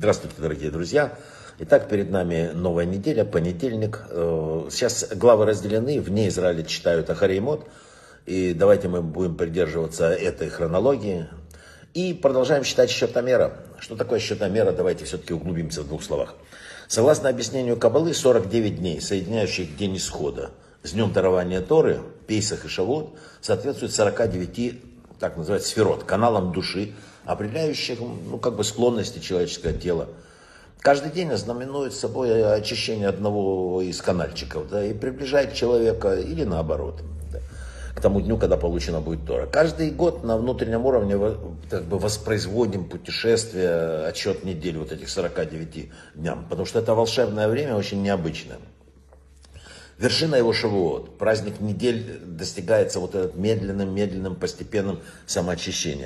Здравствуйте, дорогие друзья. Итак, перед нами новая неделя, понедельник. Сейчас главы разделены, вне Израиля читают Ахарей Мот. И давайте мы будем придерживаться этой хронологии. И продолжаем считать счетомера. Что такое счетомера? Давайте все-таки углубимся в двух словах. Согласно объяснению Каббалы, 49 дней, соединяющих день исхода с днем дарования Торы, Пейсах и Шавуот, соответствует 49, так называют, сферот, каналам души, определяющих склонности человеческого тела. Каждый день ознаменует собой очищение одного из канальчиков, да, и приближает человека или наоборот, да, к тому дню, когда получена будет Тора. Каждый год на внутреннем уровне воспроизводим путешествие, отсчет недель вот этих 49 дням, потому что это волшебное время, очень необычное. Вершина его Шавуот, праздник недель, достигается вот этим медленным, постепенным самоочищением.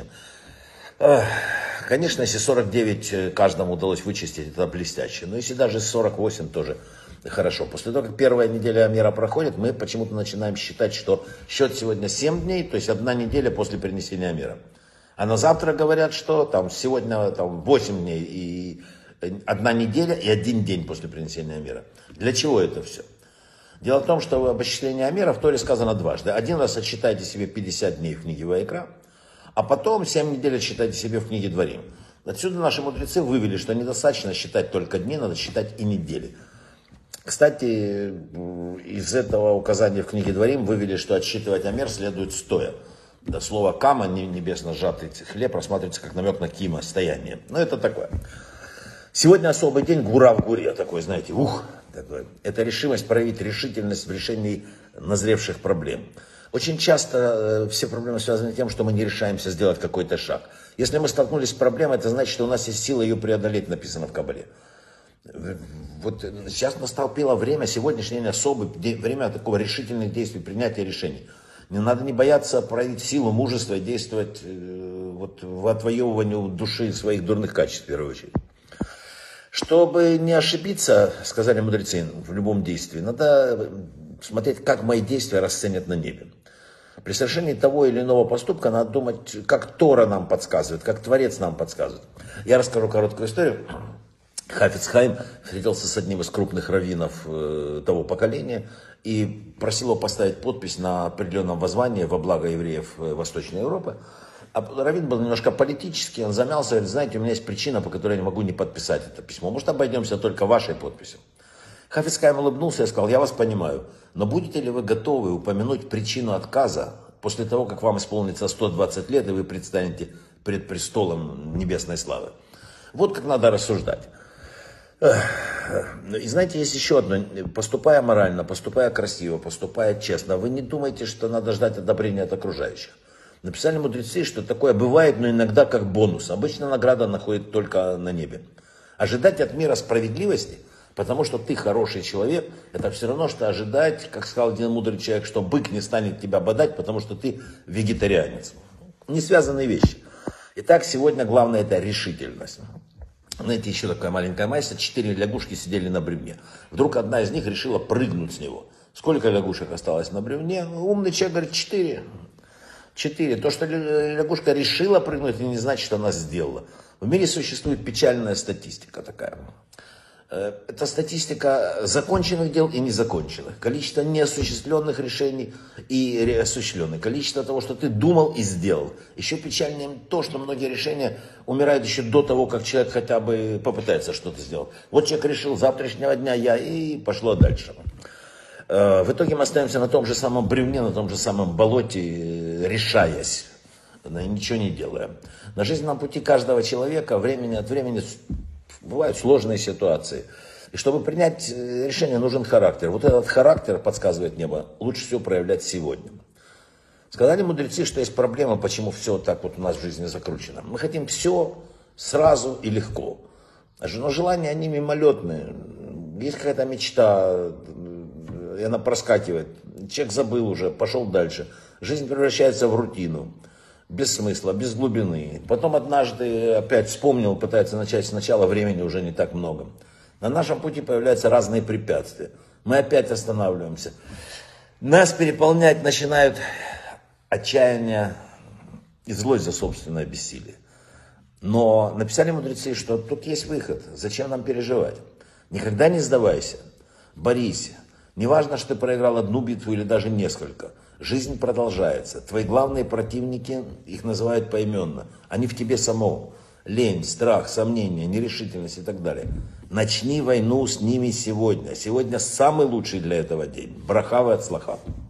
Конечно, если 49 каждому удалось вычистить, это блестяще. Но если даже 48, тоже хорошо. После того, как первая неделя Амера проходит, мы почему-то начинаем считать, что счет сегодня 7 дней, то есть одна неделя после принесения Амера. А на завтра говорят, что сегодня 8 дней, и одна неделя и один день после принесения Амера. Для чего это все? Дело в том, что об осчислении Амера в Торе сказано дважды. Один раз отсчитайте себе 50 дней в книге Ваикра, а потом 7 недель отсчитайте себе в книге Дворим. Отсюда наши мудрецы вывели, что недостаточно считать только дни, надо считать и недели. Кстати, из этого указания в книге Дворим вывели, что отсчитывать Амер следует стоя. Да, слово кама, небесно сжатый хлеб, рассматривается как намек на кима, стояние. Но это такое. Сегодня особый день, гура в гуре, такой, знаете, такой. Это решимость проявить решительность в решении назревших проблем. Очень часто все проблемы связаны с тем, что мы не решаемся сделать какой-то шаг. Если мы столкнулись с проблемой, это значит, что у нас есть сила ее преодолеть, написано в Кабале. Вот сейчас наступило время, сегодняшний день особое время такого решительных действий, принятия решений. Не надо не бояться проявить силу, мужество и действовать в отвоевывании души своих дурных качеств, в первую очередь. Чтобы не ошибиться, сказали мудрецы, в любом действии, надо смотреть, как мои действия расценят на небе. При совершении того или иного поступка надо думать, как Тора нам подсказывает, как Творец нам подсказывает. Я расскажу короткую историю. Хафец Хаим встретился с одним из крупных раввинов того поколения и просил его поставить подпись на определенном воззвании во благо евреев Восточной Европы. А раввин был немножко политический, он замялся, говорит, знаете, у меня есть причина, по которой я не могу не подписать это письмо. Может, обойдемся только вашей подписью? Хафец Хаим улыбнулся и сказал, я вас понимаю, но будете ли вы готовы упомянуть причину отказа после того, как вам исполнится 120 лет, и вы предстанете пред престолом небесной славы? Вот как надо рассуждать. И знаете, есть еще одно. Поступая морально, поступая красиво, поступая честно, вы не думайте, что надо ждать одобрения от окружающих. Написали мудрецы, что такое бывает, но иногда как бонус. Обычно награда находится только на небе. Ожидать от мира справедливости, потому что ты хороший человек, это все равно, что ожидать, как сказал один мудрый человек, что бык не станет тебя бодать, потому что ты вегетарианец. Не связанные вещи. Итак, сегодня главное это решительность. Знаете, еще такая маленькая майса, 4 лягушки сидели на бревне. Вдруг одна из них решила прыгнуть с него. Сколько лягушек осталось на бревне? Умный человек говорит, 4. 4. То, что лягушка решила прыгнуть, это не значит, что она сделала. В мире существует печальная статистика такая. Это статистика законченных дел и незаконченных. Количество неосуществленных решений и осуществленных. Количество того, что ты думал и сделал. Еще печальнее то, что многие решения умирают еще до того, как человек хотя бы попытается что-то сделать. Вот человек решил, с завтрашнего дня и пошло дальше. В итоге мы остаемся на том же самом бревне, на том же самом болоте, решаясь, ничего не делая. На жизненном пути каждого человека времени от времени бывают сложные ситуации. И чтобы принять решение, нужен характер. Вот этот характер, подсказывает небо, лучше всего проявлять сегодня. Сказали мудрецы, что есть проблема, почему все так вот у нас в жизни закручено. Мы хотим все сразу и легко. Но желания, они мимолетные. Есть какая-то мечта, и она проскакивает. Человек забыл уже, пошел дальше. Жизнь превращается в рутину. Без смысла, без глубины. Потом однажды опять вспомнил, пытается начать сначала, времени уже не так много. На нашем пути появляются разные препятствия. Мы опять останавливаемся. Нас переполнять начинают отчаяние и злость за собственное бессилие. Но написали мудрецы, что тут есть выход. Зачем нам переживать? Никогда не сдавайся, борись. Неважно, что ты проиграл одну битву или даже несколько. Жизнь продолжается. Твои главные противники, их называют поименно. Они в тебе самом. Лень, страх, сомнения, нерешительность и так далее. Начни войну с ними сегодня. Сегодня самый лучший для этого день. Браха ве ацлаха.